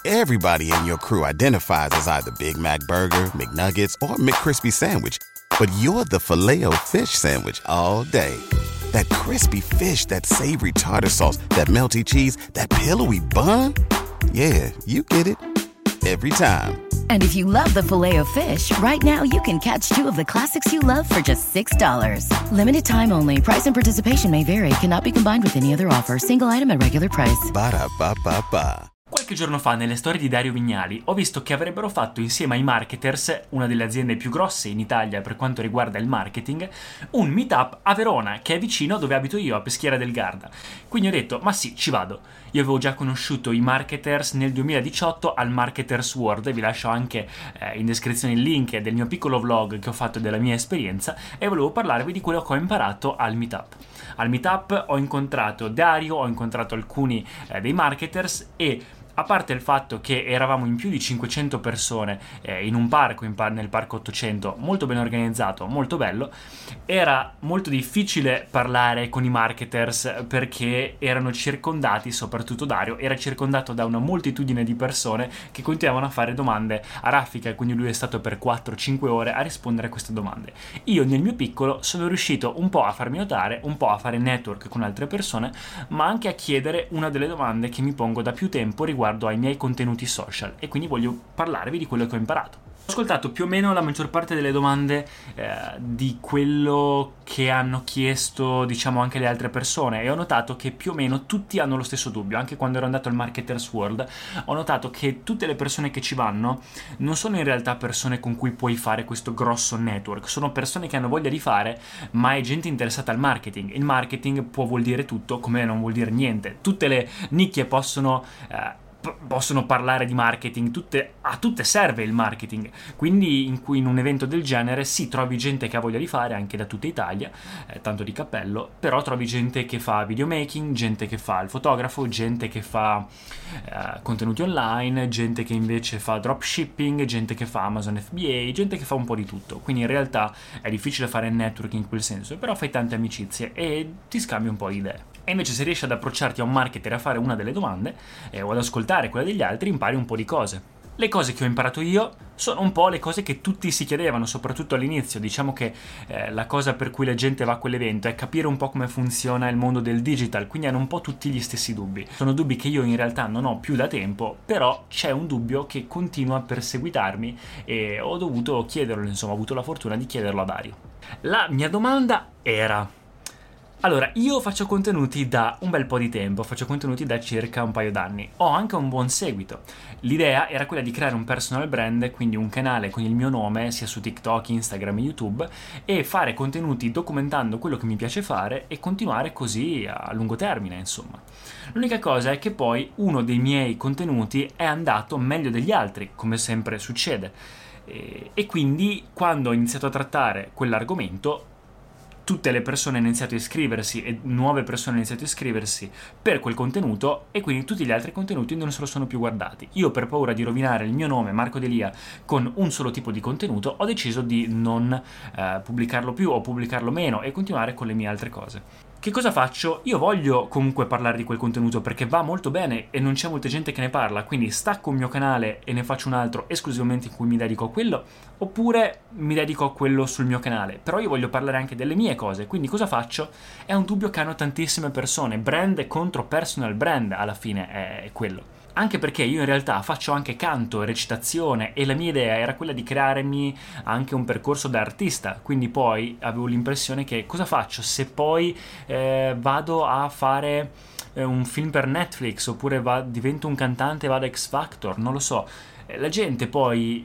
Everybody in your crew identifies as either Big Mac Burger, McNuggets, or McCrispy Sandwich. But you're the Filet-O-Fish Sandwich all day. That crispy fish, that savory tartar sauce, that melty cheese, that pillowy bun. Yeah, you get it. Every time. And if you love the Filet-O-Fish, right now you can catch two of the classics you love for just $6. Limited time only. Price and participation may vary. Cannot be combined with any other offer. Single item at regular price. Ba-da-ba-ba-ba. Qualche giorno fa, nelle storie di Dario Vignali, ho visto che avrebbero fatto insieme ai marketers, una delle aziende più grosse in Italia per quanto riguarda il marketing, un meetup a Verona, che è vicino a dove abito io, a Peschiera del Garda. Quindi ho detto, ma sì, ci vado. Io avevo già conosciuto i marketers nel 2018 al Marketers World, e vi lascio anche in descrizione il link del mio piccolo vlog che ho fatto della mia esperienza, e volevo parlarvi di quello che ho imparato al meetup. Al meetup ho incontrato Dario, ho incontrato alcuni dei marketers, e a parte il fatto che eravamo in più di 500 persone in un parco, nel parco 800, molto ben organizzato, molto bello, era molto difficile parlare con i marketers perché erano circondati, soprattutto Dario, era circondato da una moltitudine di persone che continuavano a fare domande a raffica, e quindi lui è stato per 4-5 ore a rispondere a queste domande. Io nel mio piccolo sono riuscito un po' a farmi notare, un po' a fare network con altre persone, ma anche a chiedere una delle domande che mi pongo da più tempo riguardo ai miei contenuti social, e quindi voglio parlarvi di quello che ho imparato. Ho ascoltato più o meno la maggior parte delle domande di quello che hanno chiesto, diciamo, anche le altre persone, e ho notato che più o meno tutti hanno lo stesso dubbio. Anche quando ero andato al Marketers World ho notato che tutte le persone che ci vanno non sono in realtà persone con cui puoi fare questo grosso network, sono persone che hanno voglia di fare, ma è gente interessata al marketing. Il marketing vuol dire tutto, come non vuol dire niente. Tutte le nicchie possono parlare di marketing, a tutte serve il marketing, quindi in un evento del genere sì, trovi gente che ha voglia di fare, anche da tutta Italia, tanto di cappello, però trovi gente che fa videomaking, gente che fa il fotografo, gente che fa contenuti online, gente che invece fa dropshipping, gente che fa Amazon FBA, gente che fa un po' di tutto. Quindi in realtà è difficile fare networking in quel senso, però fai tante amicizie e ti scambi un po' di idee. E invece se riesci ad approcciarti a un marketer a fare una delle domande o ad ascoltare quella degli altri, impari un po' di cose. Le cose che ho imparato io sono un po' le cose che tutti si chiedevano, soprattutto all'inizio. Diciamo che la cosa per cui la gente va a quell'evento è capire un po' come funziona il mondo del digital, quindi hanno un po' tutti gli stessi dubbi. Sono dubbi che io in realtà non ho più da tempo, però c'è un dubbio che continua a perseguitarmi e ho dovuto chiederlo, insomma, ho avuto la fortuna di chiederlo a Dario. La mia domanda era: allora, io faccio contenuti da un bel po' di tempo, faccio contenuti da circa un paio d'anni, ho anche un buon seguito. L'idea era quella di creare un personal brand, quindi un canale con il mio nome sia su TikTok, Instagram e YouTube, e fare contenuti documentando quello che mi piace fare e continuare così a lungo termine, insomma. L'unica cosa è che poi uno dei miei contenuti è andato meglio degli altri, come sempre succede, e quindi quando ho iniziato a trattare quell'argomento tutte le persone hanno iniziato a iscriversi e nuove persone hanno iniziato a iscriversi per quel contenuto, e quindi tutti gli altri contenuti non se lo sono più guardati. Io, per paura di rovinare il mio nome, Marco Delia, con un solo tipo di contenuto, ho deciso di non pubblicarlo più o pubblicarlo meno e continuare con le mie altre cose. Che cosa faccio? Io voglio comunque parlare di quel contenuto perché va molto bene e non c'è molta gente che ne parla, quindi stacco il mio canale e ne faccio un altro esclusivamente in cui mi dedico a quello, oppure mi dedico a quello sul mio canale. Però io voglio parlare anche delle mie cose, quindi cosa faccio? È un dubbio che hanno tantissime persone, brand contro personal brand, alla fine è quello. Anche perché io in realtà faccio anche canto, recitazione, e la mia idea era quella di crearmi anche un percorso da artista, quindi poi avevo l'impressione che cosa faccio se poi vado a fare un film per Netflix, oppure divento un cantante e vado a X Factor, non lo so. La gente poi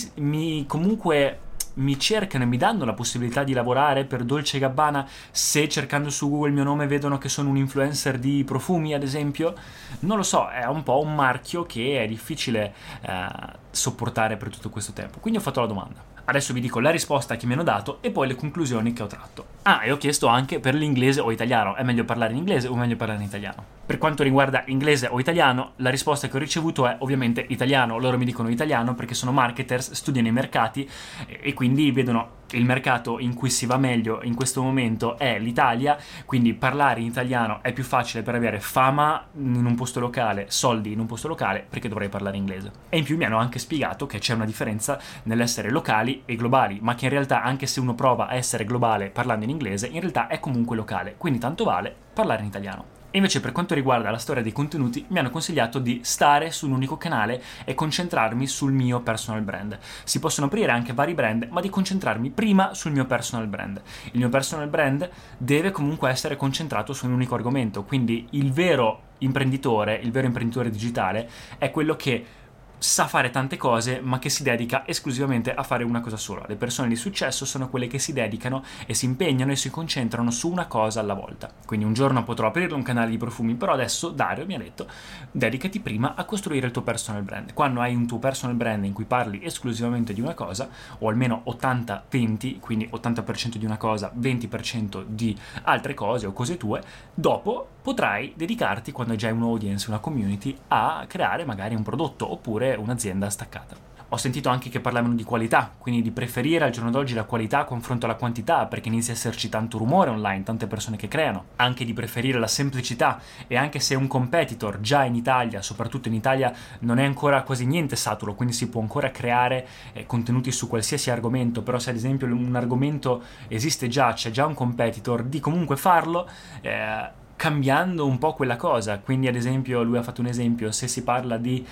comunque mi cercano e mi danno la possibilità di lavorare per Dolce & Gabbana se cercando su Google il mio nome vedono che sono un influencer di profumi, ad esempio. Non lo so, è un po' un marchio che è difficile sopportare per tutto questo tempo. Quindi ho fatto la domanda. Adesso vi dico la risposta che mi hanno dato e poi le conclusioni che ho tratto. Ah, e ho chiesto anche per l'inglese o italiano, è meglio parlare in inglese o meglio parlare in italiano? Per quanto riguarda inglese o italiano, la risposta che ho ricevuto è ovviamente italiano. Loro mi dicono italiano perché sono marketers, studiano i mercati e quindi vedono il mercato in cui si va meglio in questo momento è l'Italia, quindi parlare in italiano è più facile per avere fama in un posto locale, soldi in un posto locale, perché dovrei parlare inglese. E in più mi hanno anche spiegato che c'è una differenza nell'essere locali e globali, ma che in realtà anche se uno prova a essere globale parlando in inglese, in realtà è comunque locale, quindi tanto vale parlare in italiano. E invece per quanto riguarda la storia dei contenuti mi hanno consigliato di stare su un unico canale e concentrarmi sul mio personal brand. Si possono aprire anche vari brand, ma di concentrarmi prima sul mio personal brand. Il mio personal brand deve comunque essere concentrato su un unico argomento, quindi il vero imprenditore digitale è quello che sa fare tante cose ma che si dedica esclusivamente a fare una cosa sola. Le persone di successo sono quelle che si dedicano e si impegnano e si concentrano su una cosa alla volta. Quindi un giorno potrò aprire un canale di profumi, però adesso Dario mi ha detto dedicati prima a costruire il tuo personal brand. Quando hai un tuo personal brand in cui parli esclusivamente di una cosa, o almeno 80-20, quindi 80% di una cosa, 20% di altre cose o cose tue, dopo potrai dedicarti, quando hai già un audience, una community, a creare magari un prodotto oppure un'azienda staccata. Ho sentito anche che parlavano di qualità, quindi di preferire al giorno d'oggi la qualità a confronto alla quantità, perché inizia a esserci tanto rumore online, tante persone che creano. Anche di preferire la semplicità, e anche se un competitor già in Italia, soprattutto in Italia, non è ancora quasi niente saturo, quindi si può ancora creare contenuti su qualsiasi argomento, però se ad esempio un argomento esiste già, c'è già un competitor, di comunque farlo cambiando un po' quella cosa. Quindi ad esempio lui ha fatto un esempio: se si parla di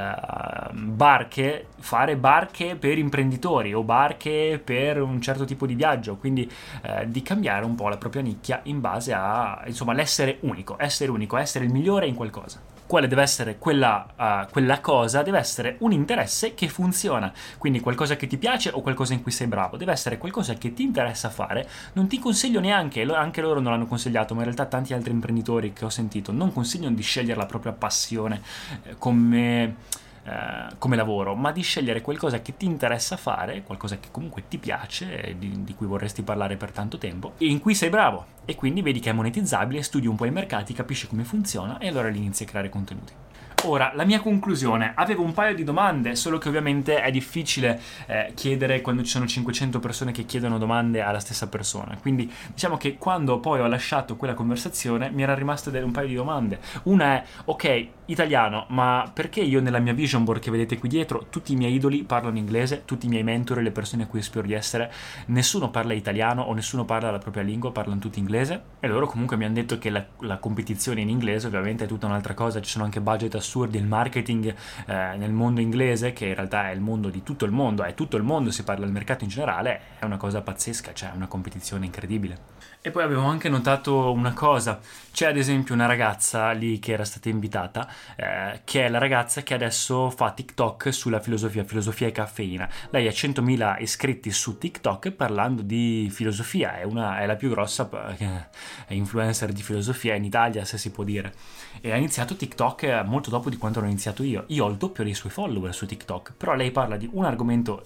barche, fare barche per imprenditori o barche per un certo tipo di viaggio, quindi di cambiare un po' la propria nicchia in base a, insomma, l'essere unico, essere il migliore in qualcosa. Quale deve essere quella cosa? Deve essere un interesse che funziona, quindi qualcosa che ti piace o qualcosa in cui sei bravo, deve essere qualcosa che ti interessa fare. Non ti consiglio neanche, anche loro non l'hanno consigliato, ma in realtà tanti altri imprenditori che ho sentito non consigliano di scegliere la propria passione come lavoro, ma di scegliere qualcosa che ti interessa fare, qualcosa che comunque ti piace, di cui vorresti parlare per tanto tempo e in cui sei bravo, e quindi vedi che è monetizzabile, studi un po' i mercati, capisci come funziona e allora inizi a creare contenuti. Ora, la mia conclusione: avevo un paio di domande, solo che ovviamente è difficile chiedere quando ci sono 500 persone che chiedono domande alla stessa persona, quindi diciamo che quando poi ho lasciato quella conversazione mi era rimasto un paio di domande. Una è: ok, italiano, ma perché io nella mia vision board che vedete qui dietro tutti i miei idoli parlano inglese, tutti i miei mentor e le persone a cui spero di essere, nessuno parla italiano o nessuno parla la propria lingua, parlano tutti inglese? E loro comunque mi hanno detto che la competizione in inglese ovviamente è tutta un'altra cosa, ci sono anche budget assurdi, il marketing nel mondo inglese, che in realtà è il mondo di tutto il mondo, è tutto il mondo, si parla del mercato in generale, è una cosa pazzesca, c'è una competizione incredibile. E poi avevo anche notato una cosa: c'è ad esempio una ragazza lì che era stata invitata, che è la ragazza che adesso fa TikTok sulla filosofia e caffeina. Lei ha 100.000 iscritti su TikTok parlando di filosofia, è la più grossa influencer di filosofia in Italia, se si può dire, e ha iniziato TikTok molto dopo di quanto ho iniziato io. Io ho il doppio dei suoi follower su TikTok, però lei parla di un argomento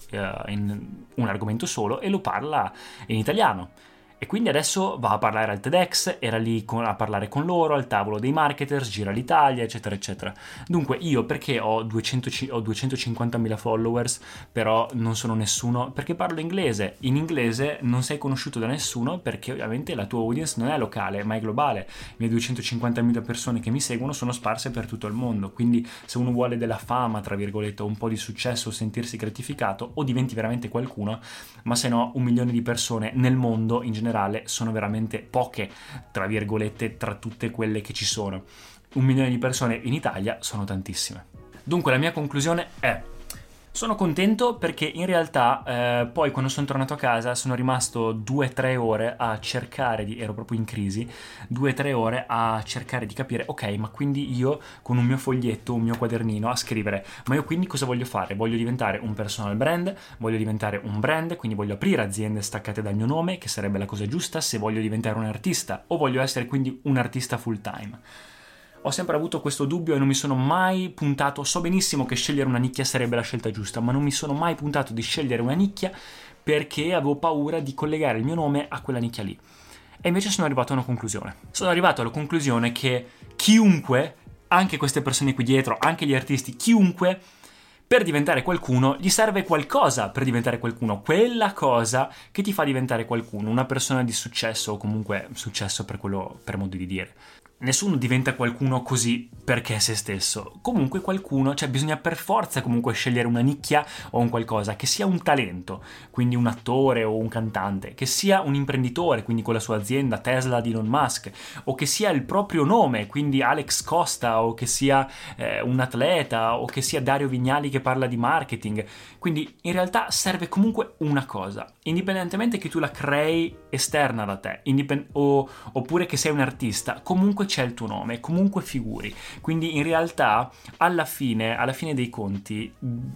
solo e lo parla in italiano. E quindi adesso va a parlare al TEDx, era lì a parlare con loro, al tavolo dei marketers, gira l'Italia, eccetera, eccetera. Dunque io perché ho 250.000 followers, però non sono nessuno? Perché parlo inglese. In inglese non sei conosciuto da nessuno, perché ovviamente la tua audience non è locale, ma è globale. Le mie 250.000 persone che mi seguono sono sparse per tutto il mondo, quindi se uno vuole della fama, tra virgolette, o un po' di successo, sentirsi gratificato, o diventi veramente qualcuno, ma se no 1 milione di persone nel mondo in generale sono veramente poche, tra virgolette, tra tutte quelle che ci sono. 1 milione di persone in Italia sono tantissime. Dunque la mia conclusione è: sono contento perché in realtà poi quando sono tornato a casa sono rimasto 2-3 ore a cercare ero proprio in crisi, 2-3 ore a cercare di capire, ok, ma quindi io con un mio foglietto, un mio quadernino a scrivere, ma io quindi cosa voglio fare? Voglio diventare un personal brand, voglio diventare un brand, quindi voglio aprire aziende staccate dal mio nome, che sarebbe la cosa giusta, se voglio diventare un artista, o voglio essere quindi un artista full time. Ho sempre avuto questo dubbio e non mi sono mai puntato. So benissimo che scegliere una nicchia sarebbe la scelta giusta, ma non mi sono mai puntato di scegliere una nicchia perché avevo paura di collegare il mio nome a quella nicchia lì. E invece sono arrivato a una conclusione. Sono arrivato alla conclusione che chiunque, anche queste persone qui dietro, anche gli artisti, chiunque, per diventare qualcuno, gli serve qualcosa per diventare qualcuno, quella cosa che ti fa diventare qualcuno, una persona di successo, o comunque successo per modo di dire. Nessuno diventa qualcuno così perché è se stesso. Comunque qualcuno, cioè bisogna per forza comunque scegliere una nicchia o un qualcosa, che sia un talento, quindi un attore o un cantante, che sia un imprenditore, quindi con la sua azienda Tesla di Elon Musk, o che sia il proprio nome, quindi Alex Costa, o che sia un atleta, o che sia Dario Vignali che parla di marketing. Quindi in realtà serve comunque una cosa, indipendentemente che tu la crei esterna da te, oppure che sei un artista, comunque c'è il tuo nome, comunque figuri. Quindi in realtà alla fine dei conti,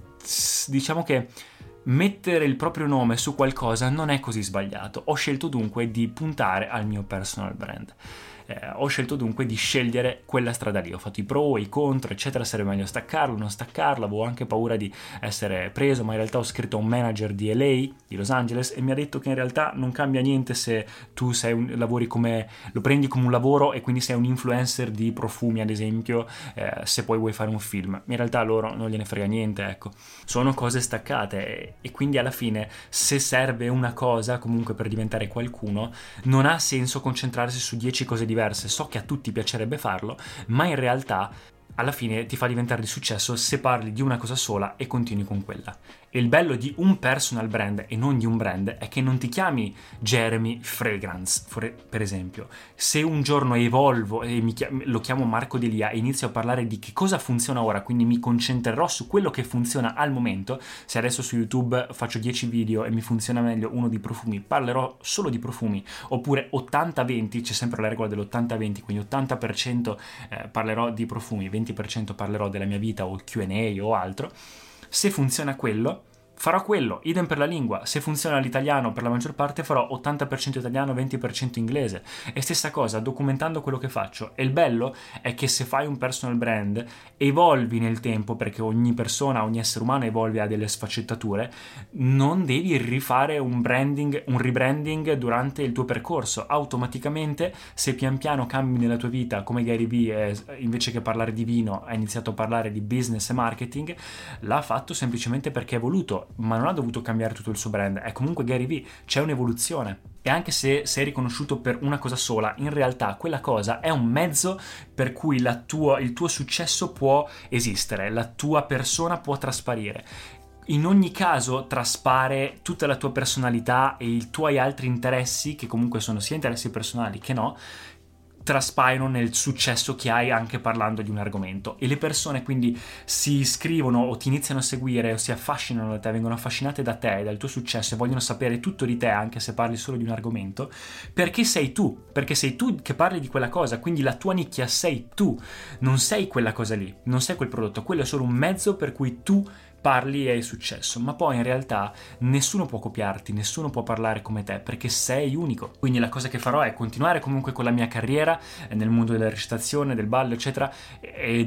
diciamo che mettere il proprio nome su qualcosa non è così sbagliato. Ho scelto dunque di puntare al mio personal brand. Ho scelto dunque di scegliere quella strada lì. Ho fatto i pro e i contro, eccetera, sarebbe meglio staccarlo, non staccarlo, avevo anche paura di essere preso, ma in realtà ho scritto a un manager di LA, di Los Angeles, e mi ha detto che in realtà non cambia niente se tu lavori lo prendi come un lavoro e quindi sei un influencer di profumi, ad esempio, se poi vuoi fare un film. In realtà loro non gliene frega niente, ecco. Sono cose staccate e quindi alla fine, se serve una cosa comunque per diventare qualcuno, non ha senso concentrarsi su 10 cose diverse. So che a tutti piacerebbe farlo, ma in realtà alla fine ti fa diventare di successo se parli di una cosa sola e continui con quella. E il bello di un personal brand e non di un brand è che non ti chiami Jeremy Fragrance, per esempio. Se un giorno evolvo e lo chiamo Marco Delia e inizio a parlare di che cosa funziona ora, quindi mi concentrerò su quello che funziona al momento. Se adesso su YouTube faccio 10 video e mi funziona meglio uno di profumi, parlerò solo di profumi. Oppure 80-20, c'è sempre la regola dell'80-20, quindi 80% parlerò di profumi, 20% parlerò della mia vita o il Q&A o altro. Se funziona quello, farò quello. Idem per la lingua. Se funziona l'italiano, per la maggior parte farò 80% italiano, 20% inglese. E stessa cosa, documentando quello che faccio. E il bello è che se fai un personal brand, evolvi nel tempo, perché ogni persona, ogni essere umano evolve a delle sfaccettature, non devi rifare un rebranding durante il tuo percorso. Automaticamente, se pian piano cambi nella tua vita, come Gary Vee, invece che parlare di vino, ha iniziato a parlare di business e marketing, l'ha fatto semplicemente perché è voluto, ma non ha dovuto cambiare tutto il suo brand. È comunque Gary Vee, c'è un'evoluzione. E anche se sei riconosciuto per una cosa sola, in realtà quella cosa è un mezzo per cui il tuo successo può esistere, la tua persona può trasparire. In ogni caso traspare tutta la tua personalità e i tuoi altri interessi, che comunque sono sia interessi personali che no, traspaiono nel successo che hai anche parlando di un argomento. E le persone quindi si iscrivono o ti iniziano a seguire o si affascinano da te, vengono affascinate da te e dal tuo successo e vogliono sapere tutto di te, anche se parli solo di un argomento, perché sei tu che parli di quella cosa. Quindi la tua nicchia sei tu, non sei quella cosa lì, non sei quel prodotto, quello è solo un mezzo per cui tu parli e hai successo, ma poi in realtà nessuno può copiarti, nessuno può parlare come te, perché sei unico. Quindi la cosa che farò è continuare comunque con la mia carriera nel mondo della recitazione, del ballo, eccetera, e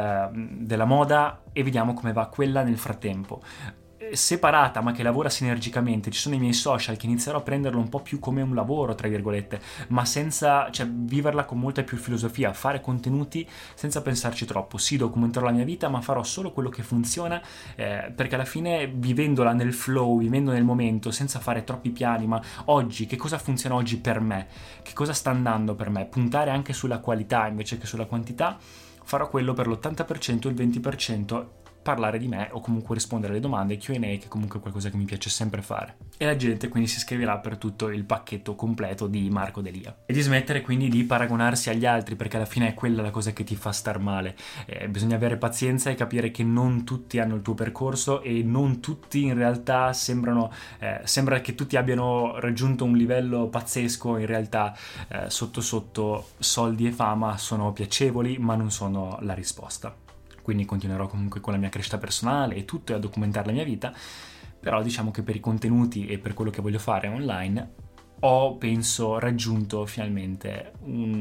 della moda, e vediamo come va quella nel frattempo. Separata, ma che lavora sinergicamente. Ci sono i miei social che inizierò a prenderlo un po' più come un lavoro, tra virgolette, ma senza, viverla con molta più filosofia, fare contenuti senza pensarci troppo. Sì, documenterò la mia vita, ma farò solo quello che funziona, perché alla fine, vivendola nel flow, vivendo nel momento, senza fare troppi piani, ma oggi, che cosa funziona oggi per me? Che cosa sta andando per me? Puntare anche sulla qualità invece che sulla quantità. Farò quello per l'80%, il 20% parlare di me o comunque rispondere alle domande, Q&A, che comunque è qualcosa che mi piace sempre fare. E la gente quindi si iscriverà per tutto il pacchetto completo di Marco Delia. E di smettere quindi di paragonarsi agli altri, perché alla fine è quella la cosa che ti fa star male. Bisogna avere pazienza e capire che non tutti hanno il tuo percorso e non tutti in realtà sembra che tutti abbiano raggiunto un livello pazzesco. In realtà sotto sotto soldi e fama sono piacevoli, ma non sono la risposta. Quindi continuerò comunque con la mia crescita personale e tutto, e a documentare la mia vita, però diciamo che per i contenuti e per quello che voglio fare online ho, penso, raggiunto finalmente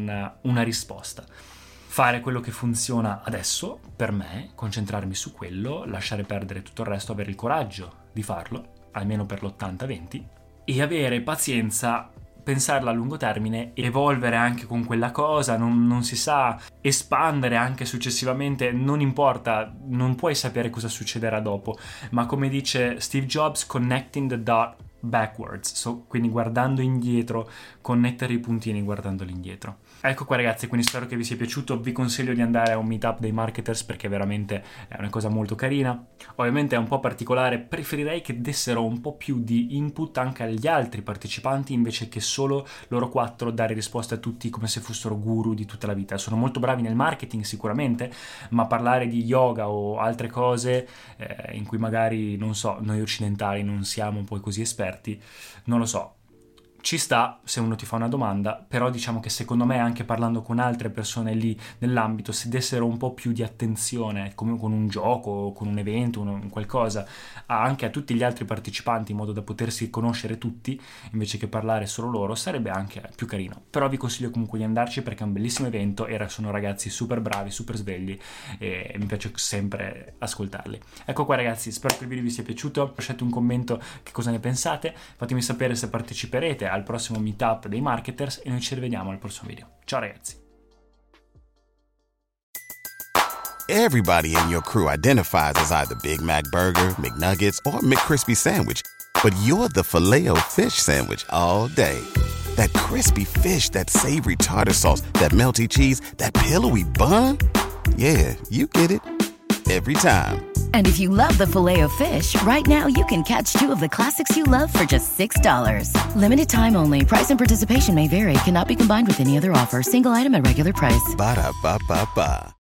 una risposta. Fare quello che funziona adesso per me, concentrarmi su quello, lasciare perdere tutto il resto, avere il coraggio di farlo, almeno per l'80-20, e avere pazienza, pensarla a lungo termine, evolvere anche con quella cosa, non si sa, espandere anche successivamente, non importa, non puoi sapere cosa succederà dopo, ma come dice Steve Jobs, connecting the dot backwards, quindi guardando indietro, connettere i puntini guardandoli indietro. Ecco qua ragazzi, quindi spero che vi sia piaciuto, vi consiglio di andare a un meetup dei marketers perché veramente è una cosa molto carina. Ovviamente è un po' particolare, preferirei che dessero un po' più di input anche agli altri partecipanti invece che solo loro 4 dare risposte a tutti come se fossero guru di tutta la vita. Sono molto bravi nel marketing sicuramente, ma parlare di yoga o altre cose in cui magari, non so, noi occidentali non siamo poi così esperti, non lo so. Ci sta se uno ti fa una domanda, però diciamo che secondo me anche parlando con altre persone lì nell'ambito, se dessero un po' più di attenzione, come con un gioco, con un evento, qualcosa, anche a tutti gli altri partecipanti in modo da potersi conoscere tutti, invece che parlare solo loro, sarebbe anche più carino. Però vi consiglio comunque di andarci perché è un bellissimo evento e sono ragazzi super bravi, super svegli e mi piace sempre ascoltarli. Ecco qua ragazzi, spero che il video vi sia piaciuto, lasciate un commento che cosa ne pensate, fatemi sapere se parteciperete al prossimo meetup dei marketers e noi ci rivediamo al prossimo video. Ciao ragazzi. Everybody in your crew identifies as either Big Mac Burger, McNuggets, or McCrispy Sandwich, but you're the Filet-O-Fish Sandwich all day. That crispy fish, that savory tartar sauce, that melty cheese, that pillowy bun. Yeah, you get it. Every time. And if you love the Filet-O-Fish, right now you can catch 2 of the classics you love for just $6. Limited time only. Price and participation may vary. Cannot be combined with any other offer. Single item at regular price. Ba-da-ba-ba-ba.